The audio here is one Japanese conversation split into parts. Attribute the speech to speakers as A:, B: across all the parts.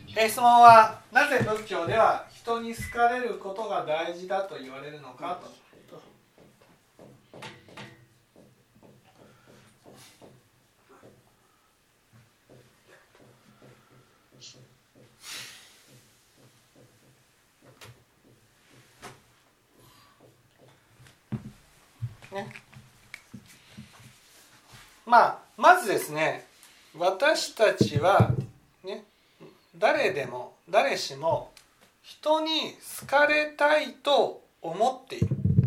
A: 質問はなぜ仏教では人に好かれることが大事だと言われるのかと。ね、まずですね、私たちは、ね、誰しも人に好かれたいと思っている、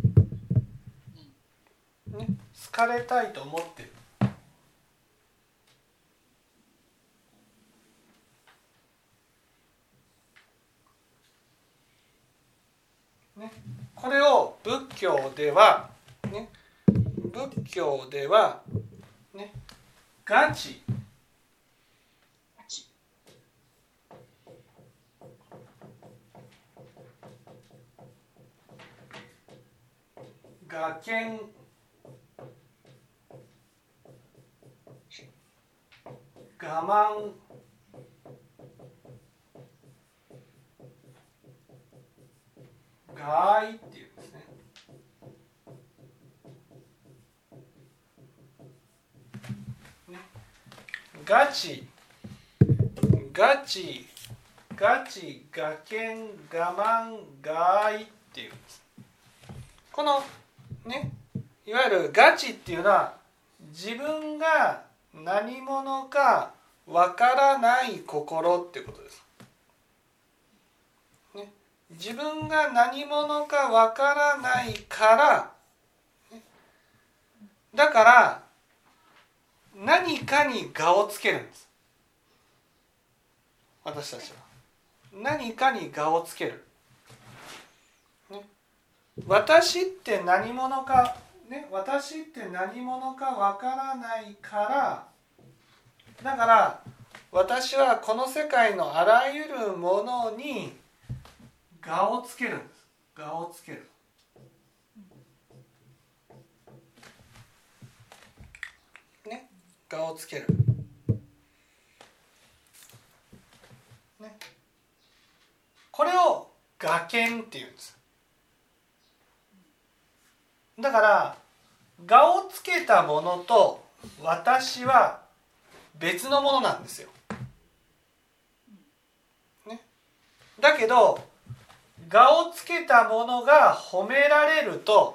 A: ね、好かれたいと思っている。ね、これを仏教では、ね、ね、我智、我見、我慢、我愛っていうんですね。我智、我見、我慢、我愛っていうんです。このね、いわゆる我智っていうのは自分が何者かわからない心っていうことです。ね、自分が何者かわからないから、ね、だから何かに我をつけるんです。私たちは何かに我をつける、ね、私って何者か、ね、私って何者かわからないから、だから私はこの世界のあらゆるものに我をつけるんです。我をつける、ね、我をつける、ね、これを我見っていうんです。だから我をつけたものと私は別のものなんですよ、ね、だけど我をつけたものが褒められると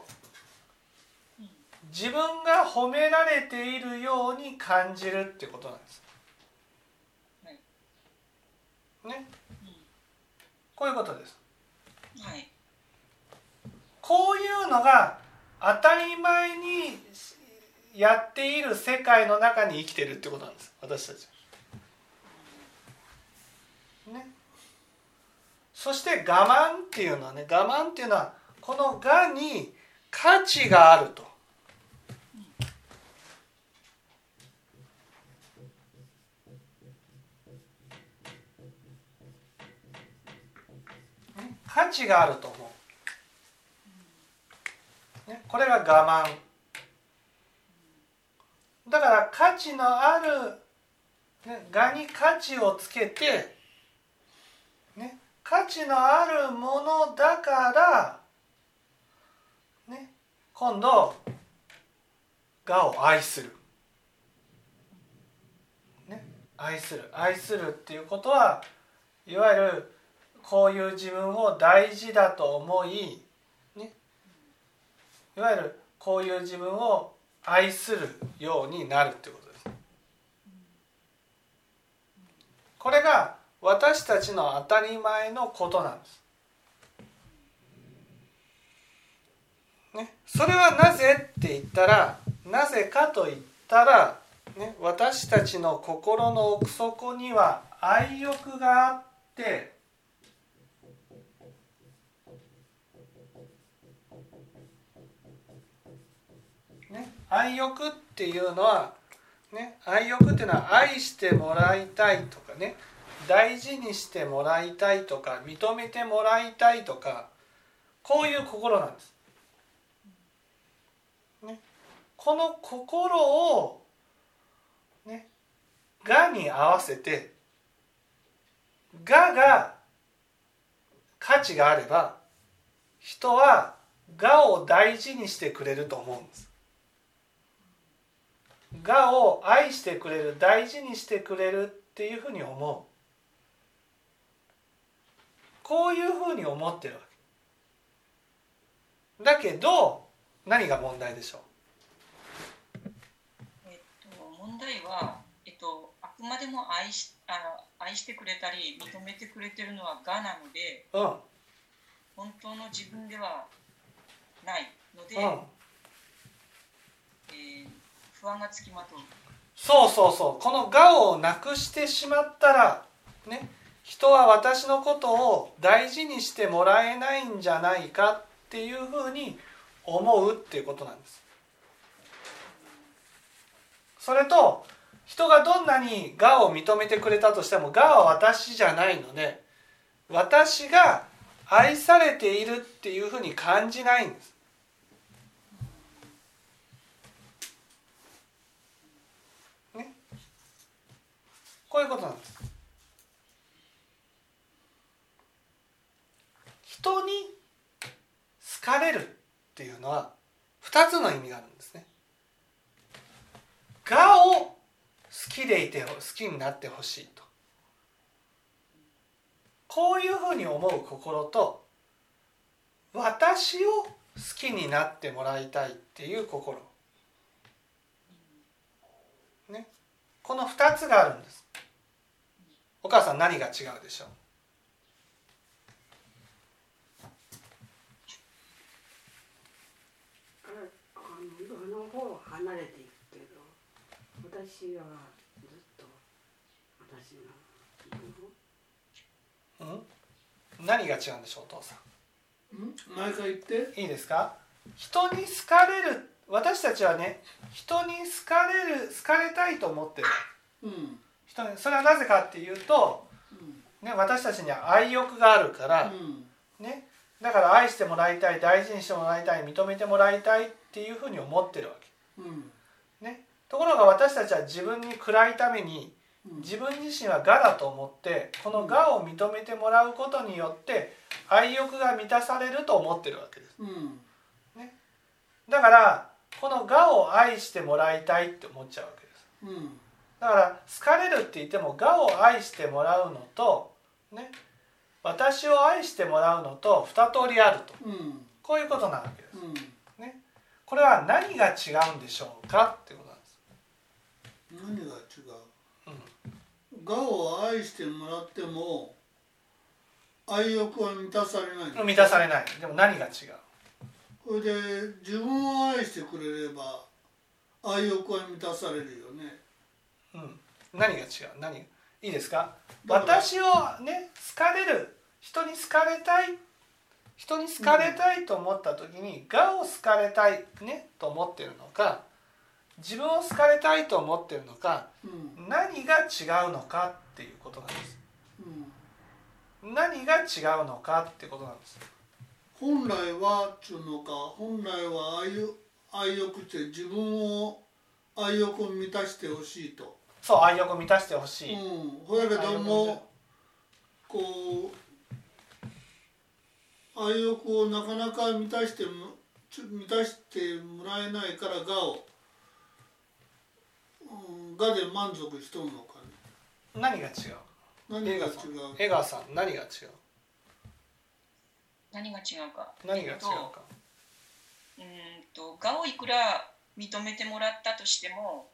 A: 自分が褒められているように感じるってことなんです、ね、こういうことです、はい、こういうのが当たり前にやっている世界の中に生きているってことなんです、私たち、ね、そして我慢っていうのはね、我慢っていうのはこの我に価値があると、価値があると思う、ね、これが我慢だから、価値のある、ね、我に価値をつけて、ね、価値のあるものだから、ね、今度我を愛する、ね、愛するっていうことは、いわゆるこういう自分を大事だと思い、ね、いわゆるこういう自分を愛するようになるってことです。これが私たちの当たり前のことなんです、ね、それはなぜって言ったら、なぜかと言ったら、ね、私たちの心の奥底には愛欲があって、ね、愛欲っていうのは、ね、愛欲っていうのは愛してもらいたいとかね、大事にしてもらいたいとか、認めてもらいたいとか、こういう心なんです、ね、この心を、ね、我に合わせて、 我が価値があれば人は我を大事にしてくれると思うんです。我を愛してくれる、大事にしてくれるっていうふうに思う。こういうふうに思ってるわけ。だけど何が問題でしょう。
B: 問題は、あくまでも愛してくれたり認めてくれてるのは我なので、本当の自分ではないので、不安がつきまとう。
A: そうそうそう。この我をなくしてしまったらね、人は私のことを大事にしてもらえないんじゃないかっていうふうに思うっていうことなんです。それと人がどんなに我を認めてくれたとしても我は私じゃないので、私が愛されているっていうふうに感じないんです。ね、こういうことなんです。人に好かれるっていうのは2つの意味があるんですね。我を好きでいて好きになってほしいと、こういうふうに思う心と、私を好きになってもらいたいっていう心、ね、この2つがあるんです。お母さん、何が違うでしょう。
C: の方は離れていくけど、私はずっと私の、
A: 何が違うんでしょう、お父さん。
D: 毎回言って
A: いいですか。人に好かれる、私たちはね、人に好かれたいと思ってる、人に。それはなぜかっていうと、ね、私たちには愛欲があるから、ね、だから愛してもらいたい、大事にしてもらいたい、認めてもらいたいっていうふうに思ってるわけ、ね、ところが私たちは自分に暗いために、自分自身は我だと思って、この我を認めてもらうことによって愛欲が満たされると思ってるわけです、ね、だからこの我を愛してもらいたいって思っちゃうわけです、だから好かれるって言っても我を愛してもらうのと、ね、私を愛してもらうのと二通りあると、こういうことなわけです、ね、これは何が違うんでしょうかっていうことなんです。
D: 何が違う、我を愛してもらっても愛欲は満たされない。
A: 満たされない。でも何が違う。
D: これで自分を愛してくれれば愛欲は満たされるよね。
A: 何が違う。いいですか。私をね、好かれる、人に好かれたいと思った時に我を好かれたいねと思っているのか、自分を好かれたいと思っているのか、何が違うのかっていうことなんです、何が違うのかっていうことなんです。
D: 本来はつうのか、本来は愛欲って自分を愛欲を満たしてほしいと。
A: そう、愛欲を満たしてほしい、
D: それけどもこう愛欲をなかなか満たしてもらえないから我で満足しとるのかね。
A: 何が違う。江川さん、何が違う。
B: 何が違うか。我をいくら認めてもらったとしても、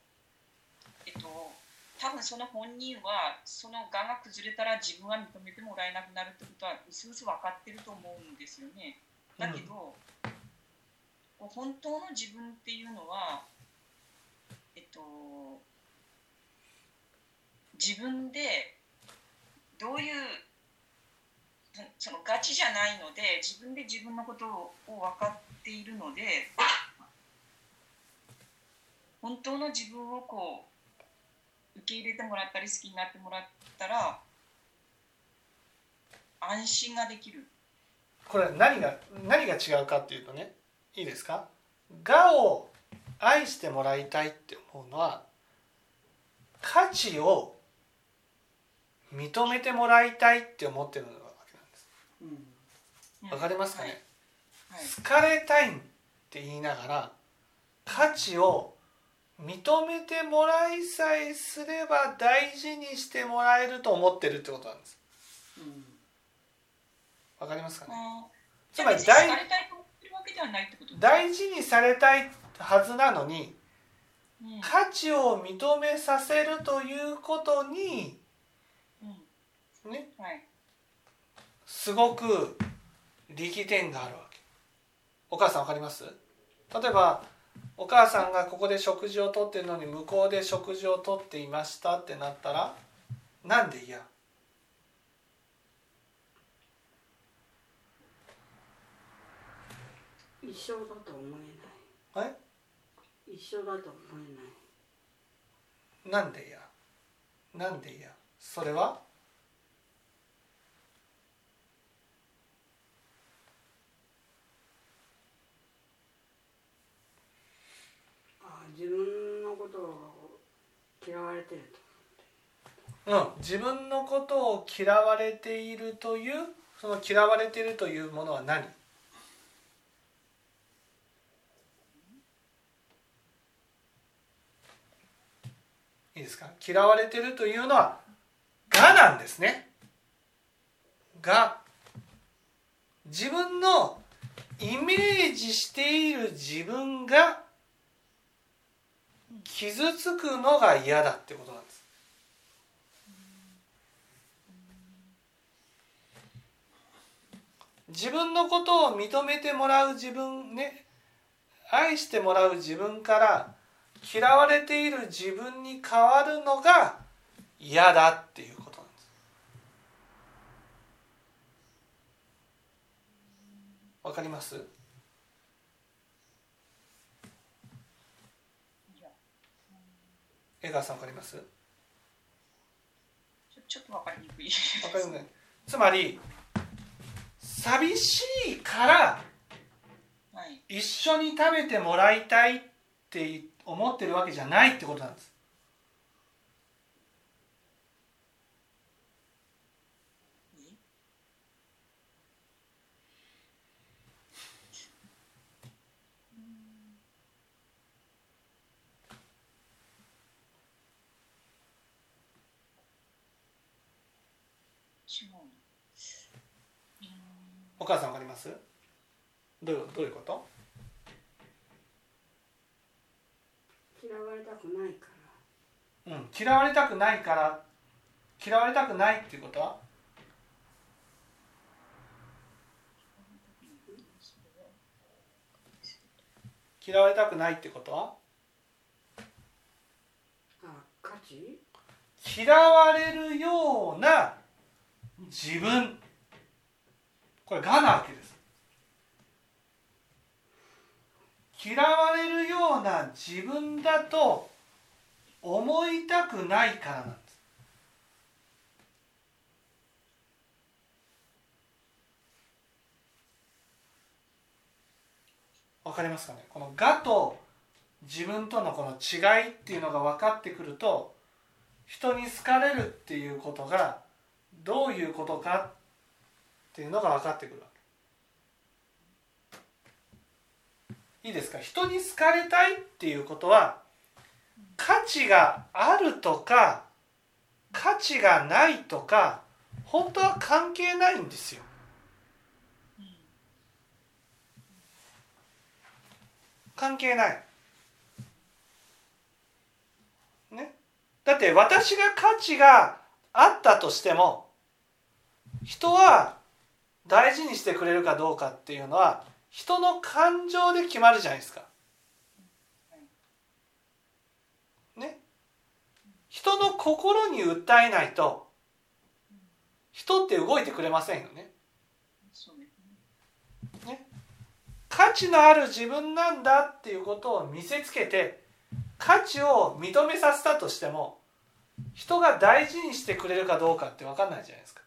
B: 多分その本人はその我が崩れたら自分は認めてもらえなくなるってことはうすうす分かってると思うんですよね。だけど、本当の自分っていうのは、自分でどういうそのガチじゃないので、自分で自分のことを分かっているので、本当の自分をこう受け入れてもらったり好きになってもらったら安心ができる。
A: これ何が違うかっていうとね、いいですか。我を愛してもらいたいって思うのは価値を認めてもらいたいって思ってるわけなんです。
B: うん
A: わかりますかね、
B: はいはい、
A: 好かれたいって言いながら価値を認めてもらいさえすれば大事にしてもらえると思ってるってことなんです。わかりますかね。つまり
B: 好かれたいと思ってるわけではないってことですか。
A: 大事にされたいはずなのに、
B: うん、
A: 価値を認めさせるということに、
B: うん
A: ね、
B: はい、
A: すごく力点があるわけ。お母さんわかります？例えばお母さんがここで食事をとってるのに向こうで食事をとっていましたってなったらなんで嫌？
C: 一緒だと思えない。
A: はい？
C: 一緒だと思えない。
A: なんで嫌？なんで嫌？それは？
C: 自分のことを嫌われてる
A: 自分のことを嫌われているという、その嫌われているというものは何？いいですか？嫌われているというのは我なんですね。我。自分のイメージしている自分が傷つくのが嫌だってことなんです。自分のことを認めてもらう自分ね、愛してもらう自分から嫌われている自分に変わるのが嫌だっていうことなんです。わかります？江川さんわかります？
B: ちょっとわかりにくい。
A: わかりますね。つまり寂しいから一緒に食べてもらいたいって思ってるわけじゃないってことなんです。お母さんわかります？どういうこと？
C: 嫌われたくないから。
A: 嫌われたくないから、嫌われたくないっていうことは？嫌われたくないってことは？
C: 価値？
A: 嫌われるような自分、これ我なわけです。嫌われるような自分だと思いたくないからなんです。わかりますかね？この我と自分とのこの違いっていうのが分かってくると、人に好かれるっていうことがどういうことかっていうのが分かってくるわけ。いいですか？人に好かれたいっていうことは価値があるとか価値がないとか本当は関係ないんですよ。関係ない、ね、だって私が価値があったとしても人は大事にしてくれるかどうかっていうのは人の感情で決まるじゃないですか、ね、人の心に訴えないと人って動いてくれませんよね。価値のある自分なんだっていうことを見せつけて価値を認めさせたとしても人が大事にしてくれるかどうかって分かんないじゃないですか。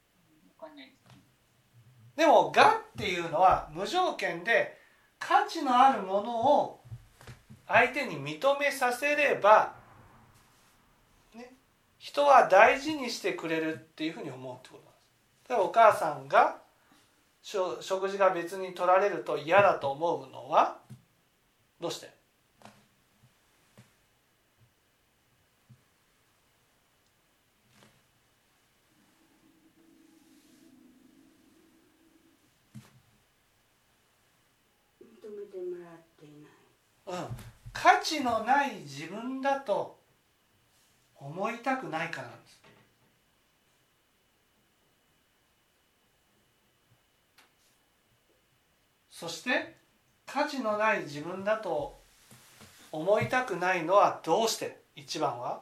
A: でも我っていうのは無条件で価値のあるものを相手に認めさせれば、ね、 人は大事にしてくれるっていうふうに思うってことなんです。だからお母さんが食事が別に取られると嫌だと思うのはどうして？
C: 認めてもらっていない。
A: 価値のない自分だと思いたくないからなんです。そして価値のない自分だと思いたくないのはどうして？一番は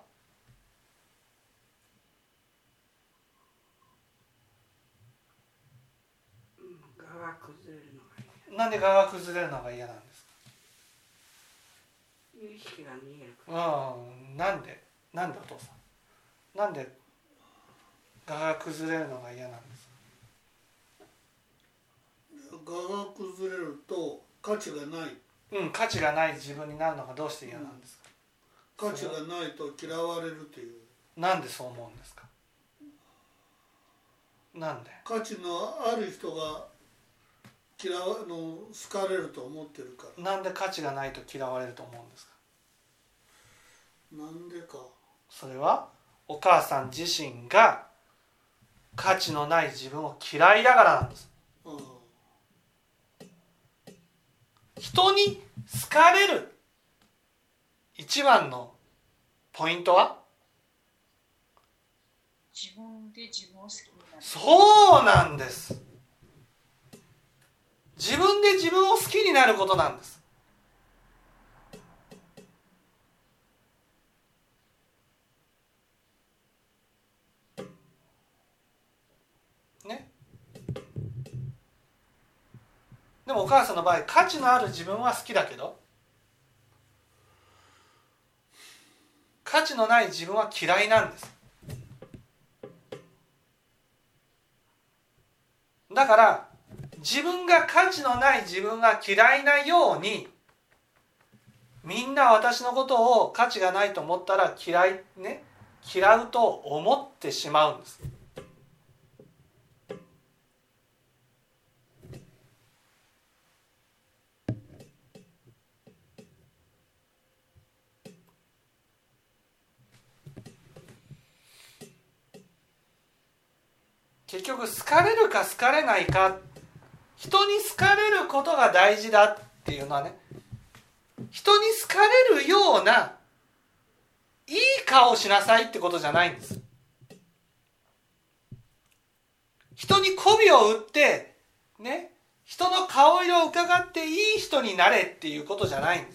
C: 我が崩れるのが嫌。
A: なんで我が崩れるのが嫌なんですか？
C: 有意識が見えるから。
A: なんでお父さん、なんで我が崩れるのが嫌なんですか？
D: 我が崩れると価値がない。
A: 価値がない自分になるのがどうして嫌なんですか？
D: 価値がないと嫌われるという。
A: なんでそう思うんですか？なんで？
D: 価値のある人が好かれると思ってるから。
A: なんで価値がないと嫌われると思うんですか？
D: なんでか。
A: それはお母さん自身が価値のない自分を嫌いだからなんです。人に好かれる一番のポイントは
B: 自分で自分を好きになる。
A: そうなんです。自分で自分を好きになることなんです。ね。でもお母さんの場合価値のある自分は好きだけど価値のない自分は嫌いなんです。だから自分が価値のない自分が嫌いなようにみんな私のことを価値がないと思ったら嫌うと思ってしまうんです。結局好かれるか好かれないか、人に好かれることが大事だっていうのはね、人に好かれるようないい顔をしなさいってことじゃないんです。人に媚びを売ってね、人の顔色を伺っていい人になれっていうことじゃないんです。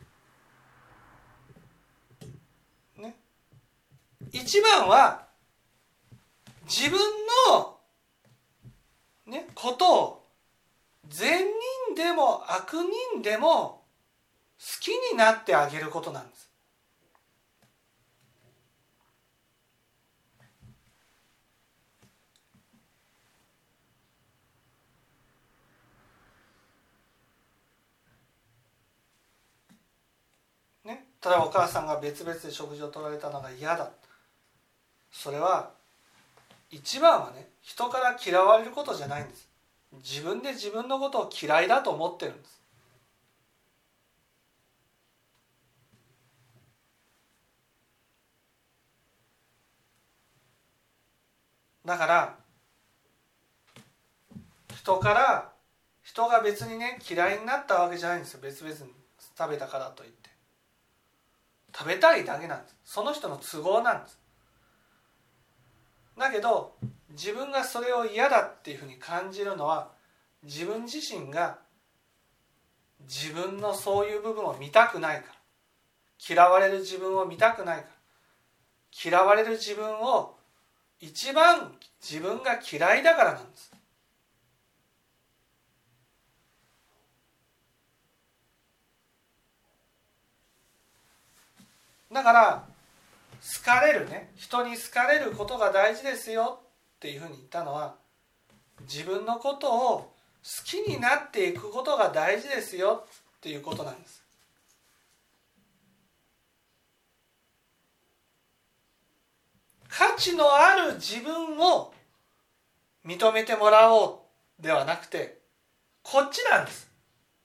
A: ね、一番は自分の、ことを善人でも悪人でも好きになってあげることなんです。ね、例えばお母さんが別々で食事を取られたのが嫌だ。それは一番はね、人から嫌われることじゃないんです。自分で自分のことを嫌いだと思ってるんです。だから人が別にね嫌いになったわけじゃないんですよ。別々に食べたからといって食べたいだけなんです。その人の都合なんです。だけど自分がそれを嫌だっていうふうに感じるのは自分自身が自分のそういう部分を見たくないから、嫌われる自分を見たくないから、嫌われる自分を一番自分が嫌いだからなんです。だから好かれるね、人に好かれることが大事ですよっていうふうに言ったのは、自分のことを好きになっていくことが大事ですよっていうことなんです。 価値のある自分を認めてもらおうではなくて、こっちなんです。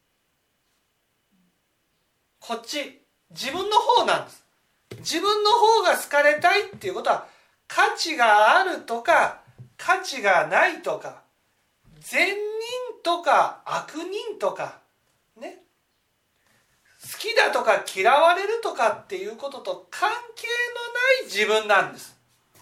A: こっち、自分の方なんです。自分の方が好かれたいっていうことは、価値があるとか価値がないとか、善人とか悪人とかね、好きだとか嫌われるとかっていうことと関係のない自分なんです。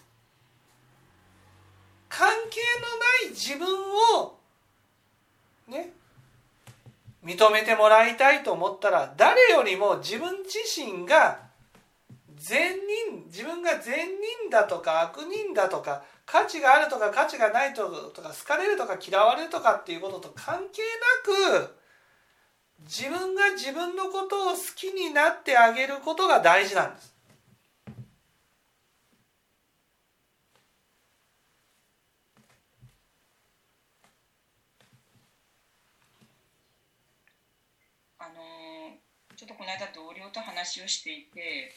A: 関係のない自分をね、認めてもらいたいと思ったら、誰よりも自分自身が自分が善人だとか悪人だとか、価値があるとか価値がないとか、好かれるとか嫌われるとかっていうことと関係なく、自分が自分のことを好きになってあげることが大事なんです。
B: ちょっとこの間同僚と話をしていて、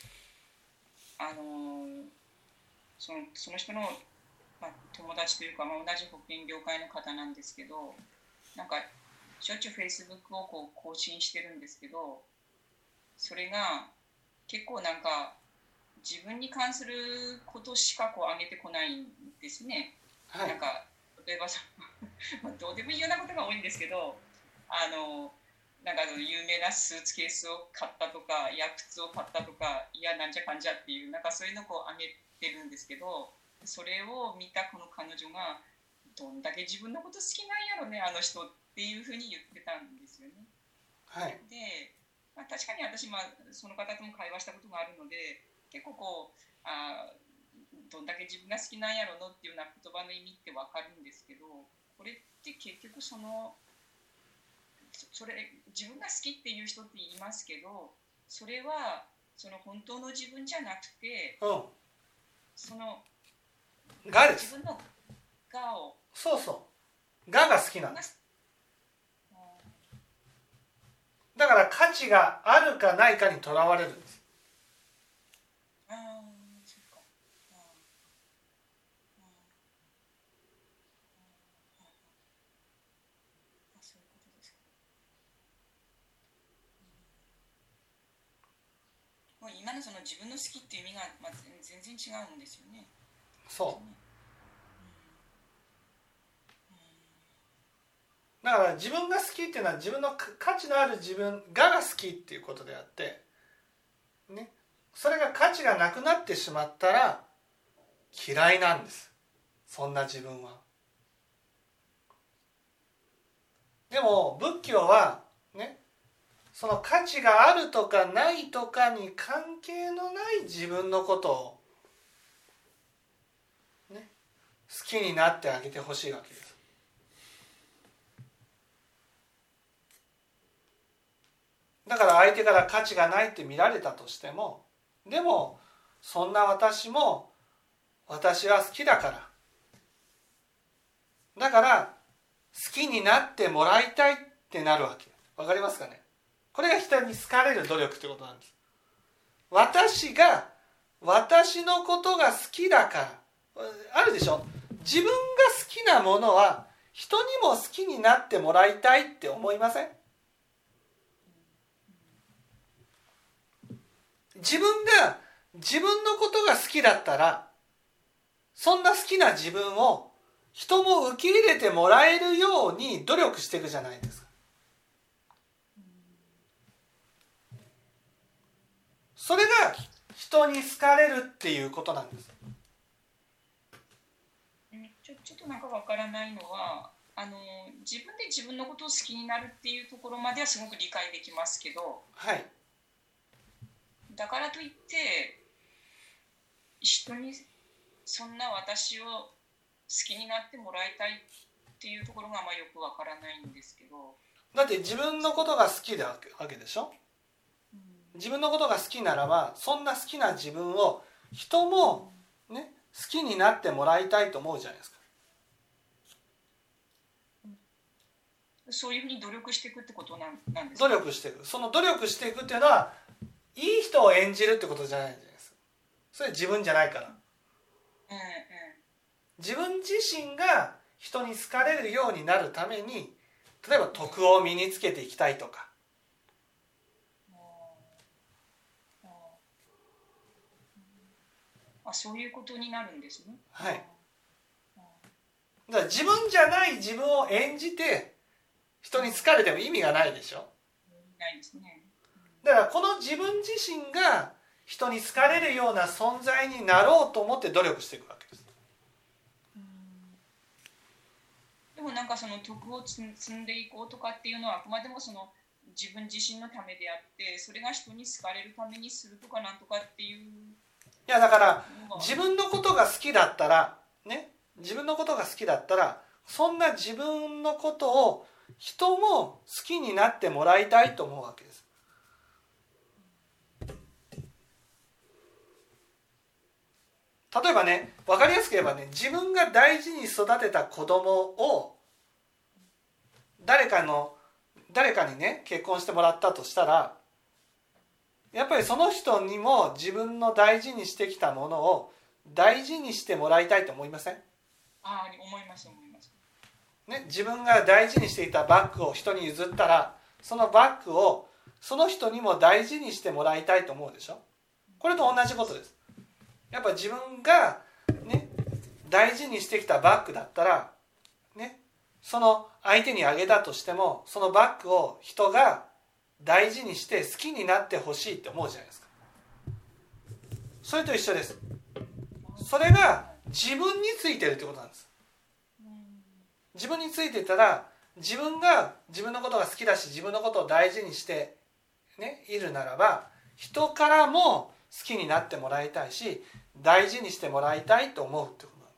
B: その人の、友達というか、同じ保険業界の方なんですけど、なんかしょっちゅう Facebook をこう更新してるんですけど、それが結構なんか自分に関することしかこう上げてこないんですね。
A: はい、
B: なんか例えばどうでもいいようなことが多いんですけど、なんか有名なスーツケースを買ったとか、いや靴を買ったとか、いやなんじゃかんじゃっていう、なんかそういうのをこう上げてるんですけど、それを見たこの彼女が、どんだけ自分のこと好きなんやろねあの人っていうふうに言ってたんですよね。
A: はい、
B: で、確かに私、その方とも会話したことがあるので、結構こうどんだけ自分が好きなんやろのっていうような言葉の意味って分かるんですけど、これって結局それ自分が好きっていう人って言いますけど、それはその本当の自分じゃなくて、その
A: がです。
B: 自分のがを、
A: そうそう、が好きなんです。だから価値があるかないかにとらわれるんです。
B: 今のその自分の好きっていう意味が、全然違うんですよね。
A: そう。だから自分が好きっていうのは自分の価値のある自分が好きっていうことであって、ね、それが価値がなくなってしまったら嫌いなんです。そんな自分は。でも仏教はね、その価値があるとかないとかに関係のない自分のことを、ね、好きになってあげてほしいわけです。だから相手から価値がないって見られたとしても、でもそんな私も私は好きだから、だから好きになってもらいたいってなるわけ。わかりますかね。これが人に好かれる努力ってことなんです。私が私のことが好きだから、あるでしょ。自分が好きなものは人にも好きになってもらいたいって思いません？自分が自分のことが好きだったら、そんな好きな自分を人も受け入れてもらえるように努力していくじゃないですか。それが人に好かれるっていうことなんです。
B: ちょっとなんかわからないのは、自分で自分のことを好きになるっていうところまではすごく理解できますけど、
A: はい、
B: だからといって人にそんな私を好きになってもらいたいっていうところがよくわからないんですけど。
A: だって自分のことが好きなわけでしょ。自分のことが好きならば、そんな好きな自分を人も、ね、好きになってもらいたいと思うじゃないですか。
B: そういうふうに努力していくってことなんです
A: か。努力していく。その努力していくっていうのはいい人を演じるってことじゃないじゃないですか。それ自分じゃないから。 自分自身が人に好かれるようになるために、例えば徳を身につけていきたいとか、
B: そういうことになるんですね。
A: はい。だから自分じゃない自分を演じて人に好かれても意味がないでしょ。
B: ないですね。
A: だからこの自分自身が人に好かれるような存在になろうと思って努力していくわけです。
B: でもなんかその徳を積んでいこうとかっていうのはあくまでもその自分自身のためであって、それが人に好かれるためにするとかなんとかっていう。
A: いやだから自分のことが好きだったらね、自分のことが好きだったら、そんな自分のことを人も好きになってもらいたいと思うわけです。例えばね、分かりやすく言えばね、自分が大事に育てた子供を誰かにね結婚してもらったとしたら、やっぱりその人にも自分の大事にしてきたものを大事にしてもらいたいと思いません？
B: 思います
A: ね、自分が大事にしていたバッグを人に譲ったら、そのバッグをその人にも大事にしてもらいたいと思うでしょ。これと同じことです。やっぱ自分が、ね、大事にしてきたバッグだったら、ね、その相手にあげたとしても、そのバッグを人が大事にして好きになってほしいって思うじゃないですか。それと一緒です。それが自分についてるってことなんです。自分についてたら、自分が自分のことが好きだし、自分のことを大事にして、ね、いるならば、人からも好きになってもらいたいし、大事にしてもらいたいと思うってことなんです。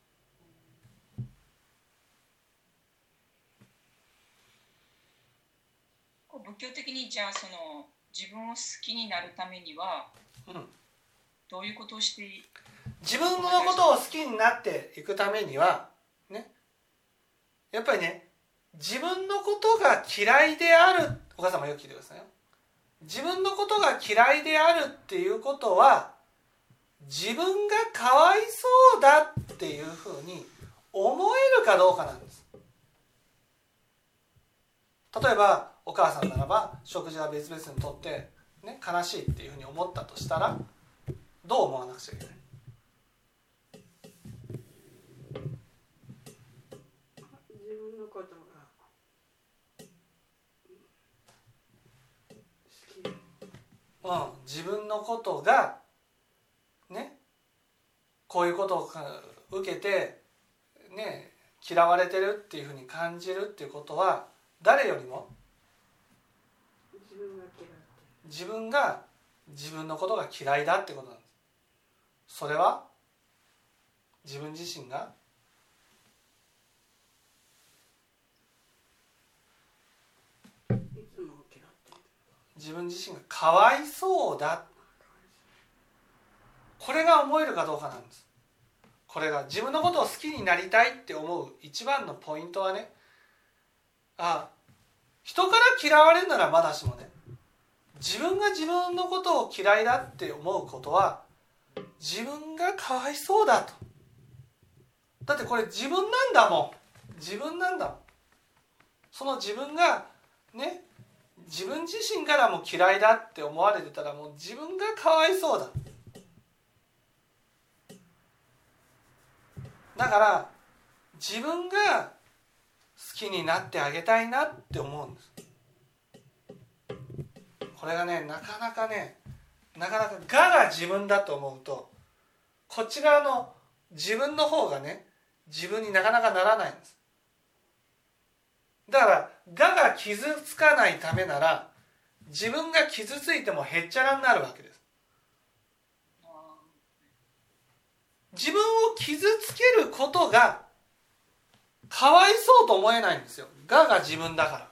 B: 仏教的にじゃあその自分を好きになるためには、どういうことをして
A: 自分のことを好きになっていくためにはね、やっぱりね、自分のことが嫌いである、お母様よく聞いてくださいよ。自分のことが嫌いであるっていうことは、自分がかわいそうだっていうふうに思えるかどうかなんです。例えばお母さんならば食事は別々にとって、ね、悲しいっていうふうに思ったとしたら、どう思わなくちゃいけない？
C: 自分のことが好き、
A: 自分のことがね、こういうことを受けて、ね、嫌われてるっていうふうに感じるっていうことは、誰よりも自分が自分のことが嫌いだってことなんです。それは自分自身が自分自身がかわいそうだ、これが思えるかどうかなんです。これが自分のことを好きになりたいって思う一番のポイントはね、人から嫌われるならまだしもね、自分が自分のことを嫌いだって思うことは、自分がかわいそうだと。だってこれ自分なんだもん。自分なんだもん。その自分がね、自分自身からも嫌いだって思われてたら、もう自分がかわいそうだ。だから自分が好きになってあげたいなって思うんです。これがね、なかなか我が自分だと思うと、こっち側の自分の方がね、自分になかなかならないんです。だから我が傷つかないためなら、自分が傷ついてもへっちゃらになるわけです。自分を傷つけることがかわいそうと思えないんですよ。我が自分だから。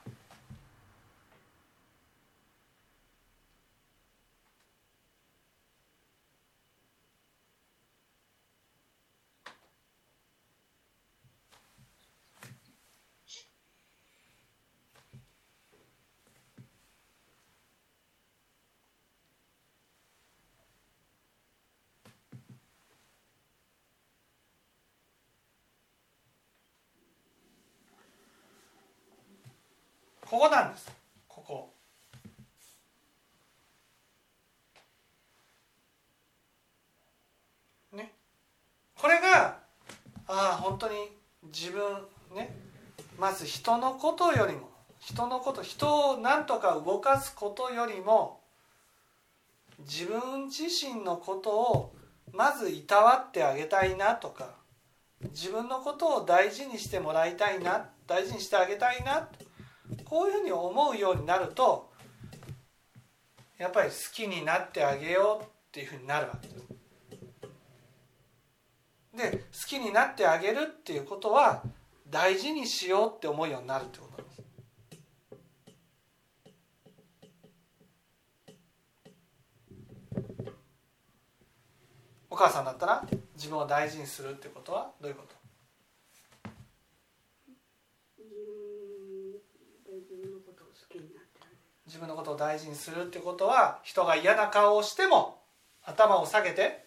A: ここなんです。ここね、これが本当に自分ね、まず人のことよりも人を何とか動かすことよりも自分自身のことをまずいたわってあげたいなとか、自分のことを大事にしてもらいたいな、大事にしてあげたいな、こういうふうに思うようになると、やっぱり好きになってあげようっていうふうになるわけです。で、好きになってあげるっていうことは大事にしようって思うようになるってことなんです。お母さんだったら自分を大事にするってことはどういうこと？自分のことを大事にするってことは、人が嫌な顔をしても頭を下げて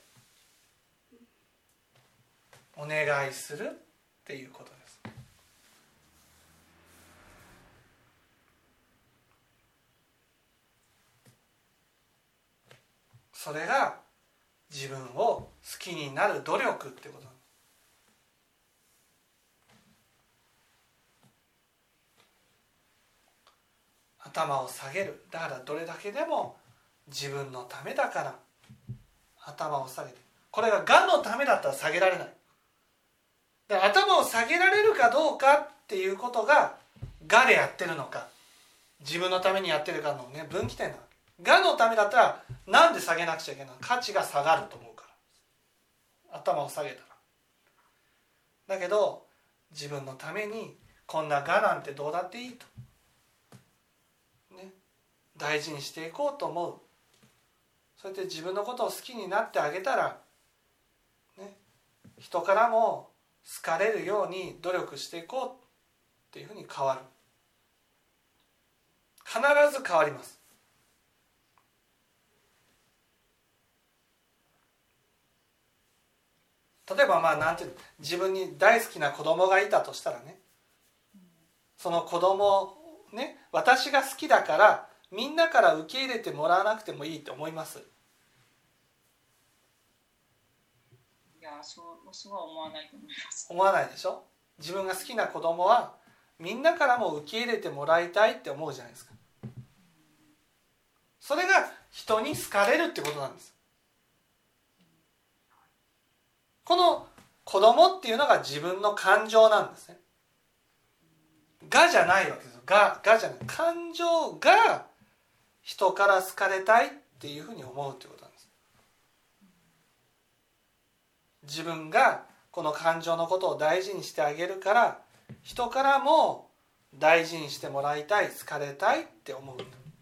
A: お願いするっていうことです。それが自分を好きになる努力ってことなんです。頭を下げる。だからどれだけでも自分のためだから頭を下げて、これが我のためだったら下げられない。だから頭を下げられるかどうかっていうことが我でやってるのか自分のためにやってるかのね、分岐点なわけ。我のためだったらなんで下げなくちゃいけないの？価値が下がると思うから、頭を下げたら。だけど自分のためにこんな我なんてどうだっていいと、ね、大事にしていこうと思う。そうやって自分のことを好きになってあげたら、ね、人からも好かれるように努力していこうっていうふうに変わる。必ず変わります。例えばなんていうの、自分に大好きな子供がいたとしたらね、その子供ね、私が好きだからみんなから受け入れてもらわなくてもいいと思います？
B: いや、そうは思わないと思います。
A: 思わないでしょ。自分が好きな子供はみんなからも受け入れてもらいたいって思うじゃないですか。それが人に好かれるってことなんです。この子供っていうのが自分の感情なんですね。我じゃないわけです。我じゃない、感情が人から好かれたいっていうふうに思うってことなんです。自分がこの感情のことを大事にしてあげるから、人からも大事にしてもらいたい、好かれたいって思う。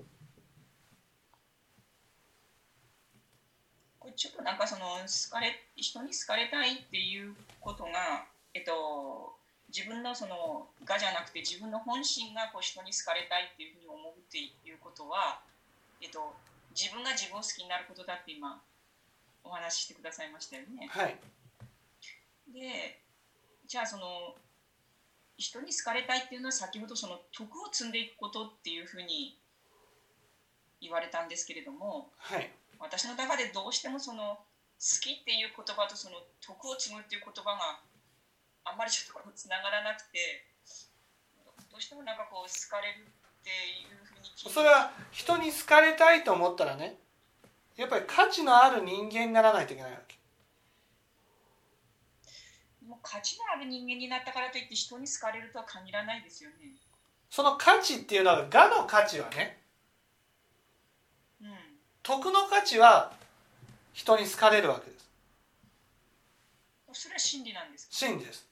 B: ちょっとなんかその人に好かれたいっていうことが、自分のその我じゃなくて自分の本心が人に好かれたいっていうふうに思うっていうことは、自分が自分を好きになることだって今お話ししてくださいましたよね。
A: はい。
B: で、じゃあその人に好かれたいっていうのは先ほどその徳を積んでいくことっていうふうに言われたんですけれども、
A: はい、
B: 私の中でどうしてもその好きっていう言葉とその徳を積むっていう言葉があんまりちょっとつながらなくて、どうしてもなんか好かれるっていうふうに聞いて、
A: それは人に好かれたいと思ったらね、やっぱり価値のある人間にならないといけないわけ。
B: もう価値のある人間になったからといって人に好かれるとは限らないですよね。
A: その価値っていうのは我の価値はね、徳の価値は人に好かれるわけです。
B: それは真理なんですか？
A: 真理です。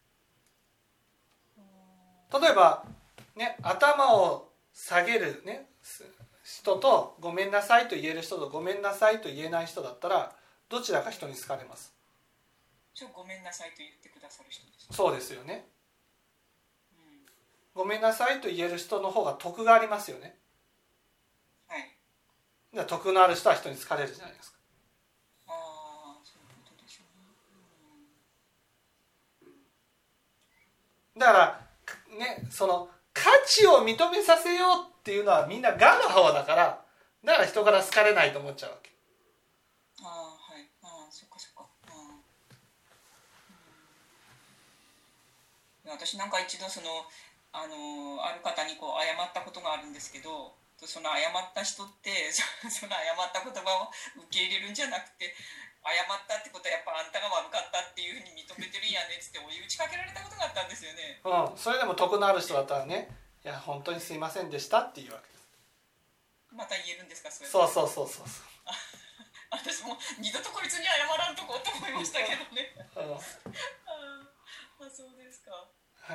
A: 例えば、ね、頭を下げる、ね、人とごめんなさいと言える人とごめんなさいと言えない人だったらどちらか人に好かれます？
B: ごめんなさいと言ってくださる人です。
A: そうですよね、ごめんなさいと言える人の方が徳がありますよね。
B: はい。
A: 徳のある人は人に好かれるじゃないですか。
B: ああ、そういうことでしょうね。
A: だからね、その価値を認めさせようっていうのはみんな我の方だから、だから人から好かれないと思っちゃうわけ。
B: ああ、はい。ああ、そっかそっか。私なんか一度ある方にこう謝ったことがあるんですけど、その謝った人ってその謝った言葉を受け入れるんじゃなくて、謝ったってことはやっぱあんたが悪かったっていうふうに認めてるんやねっつって追い打ちかけられたことがあったんですよね。
A: それでも得のある人だったらね、いや本当にすいませんでしたっていうわけです。
B: また言えるんですか、それ。
A: そう
B: 私も二度とこいつに謝らんとこうと思いましたけどね。そうですか。
A: はい。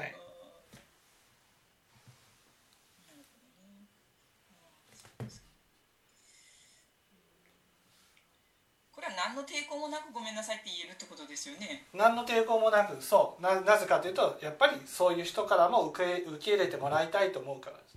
B: これは何の抵抗もなくごめんなさいって言えるってことですよね。
A: 何の抵抗もなく、なぜかというと、やっぱりそういう人からも受け入れてもらいたいと思うからです。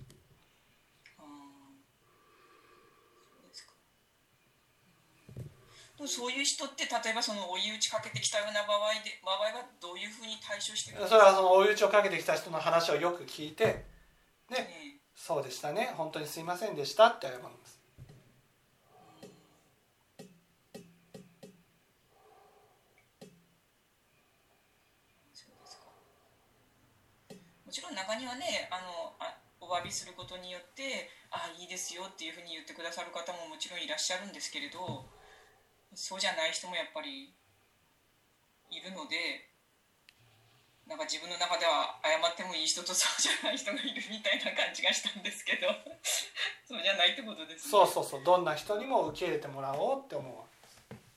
B: そういう人って例えばその追い打ちかけてきたような場合はどういうふうに対処してくるんですか。
A: それはその追い打ちをかけてきた人の話をよく聞いて、ね、そうでしたね、本当にすいませんでしたって謝るんです。
B: もちろん中にはね、お詫びすることによっていいですよっていうふうに言ってくださる方ももちろんいらっしゃるんですけれど、そうじゃない人もやっぱりいるので、なんか自分の中では謝ってもいい人とそうじゃない人がいるみたいな感じがしたんですけどそうじゃないってことですね。
A: そうどんな人にも受け入れてもらおうって思うわけです。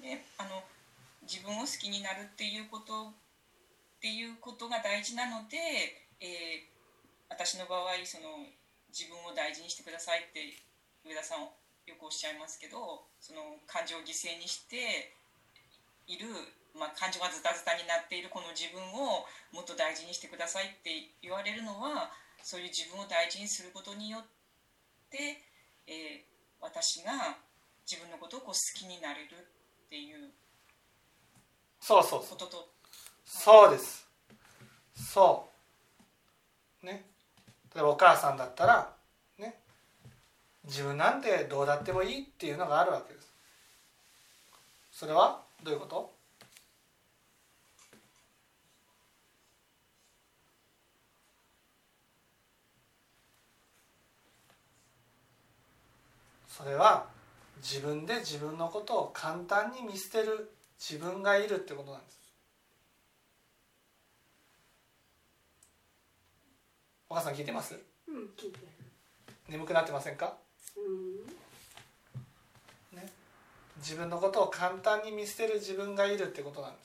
B: ね、自分を好きになるっていうことが大事なので、私の場合自分を大事にしてくださいって上田さんよくおっしゃいますけど、その感情を犠牲にしている、感情がズタズタになっているこの自分をもっと大事にしてくださいって言われるのは、そういう自分を大事にすることによって、私が自分のことを好きになれるっていうことと、
A: そうですね。例えばお母さんだったらね、自分なんてどうだってもいいっていうのがあるわけです。それはどういうこと？それは自分で自分のことを簡単に見捨てる自分がいるってことなんです。お母さん聞いてます？
C: 聞いてる。
A: 眠くなってませんか？ね、自分のことを簡単に見捨てる自分がいるってことなんです。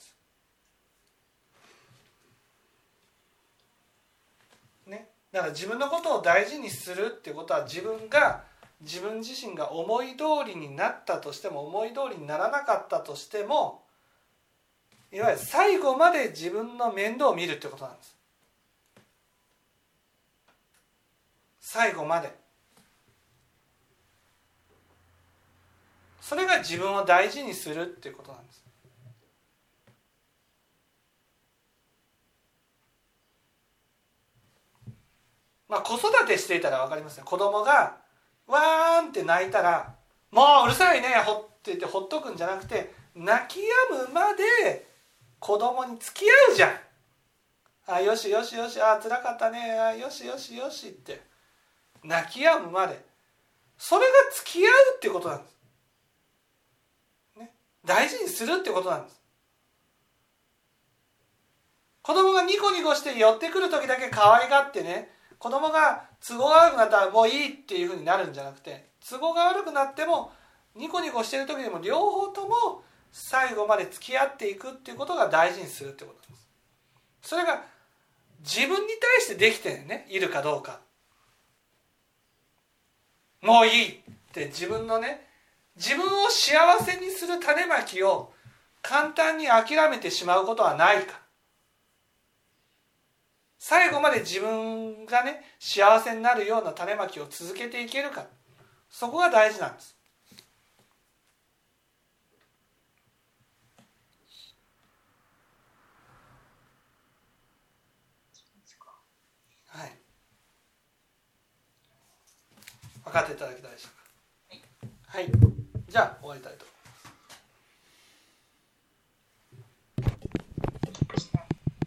A: ね、だから自分のことを大事にするってことは、自分自身が思い通りになったとしても、思い通りにならなかったとしても、いわゆる最後まで自分の面倒を見るってことなんです。最後まで。それが自分を大事にするっていうことなんです。子育てしていたら分かりますね。子供がわーんって泣いたら、もううるさいねほって言ってほっとくんじゃなくて、泣き止むまで子供に付き合うじゃん。よしよしよし、辛かったね、よしよしよしって泣き止むまで、それが付き合うってことなんです、ね、大事にするってことなんです。子供がニコニコして寄ってくる時だけ可愛がってね、子供が都合が悪くなったらもういいっていうふうになるんじゃなくて、都合が悪くなってもニコニコしてる時でも両方とも最後まで付き合っていくっていうことが大事にするってことです。それが自分に対してできてね、いるかどうか。もういいって自分のね、自分を幸せにする種まきを簡単に諦めてしまうことはないか。最後まで自分がね、幸せになるような種まきを続けていけるか。そこが大事なんです。 かっていただけたでしょうか。はい、じゃあ終わりたいと思います。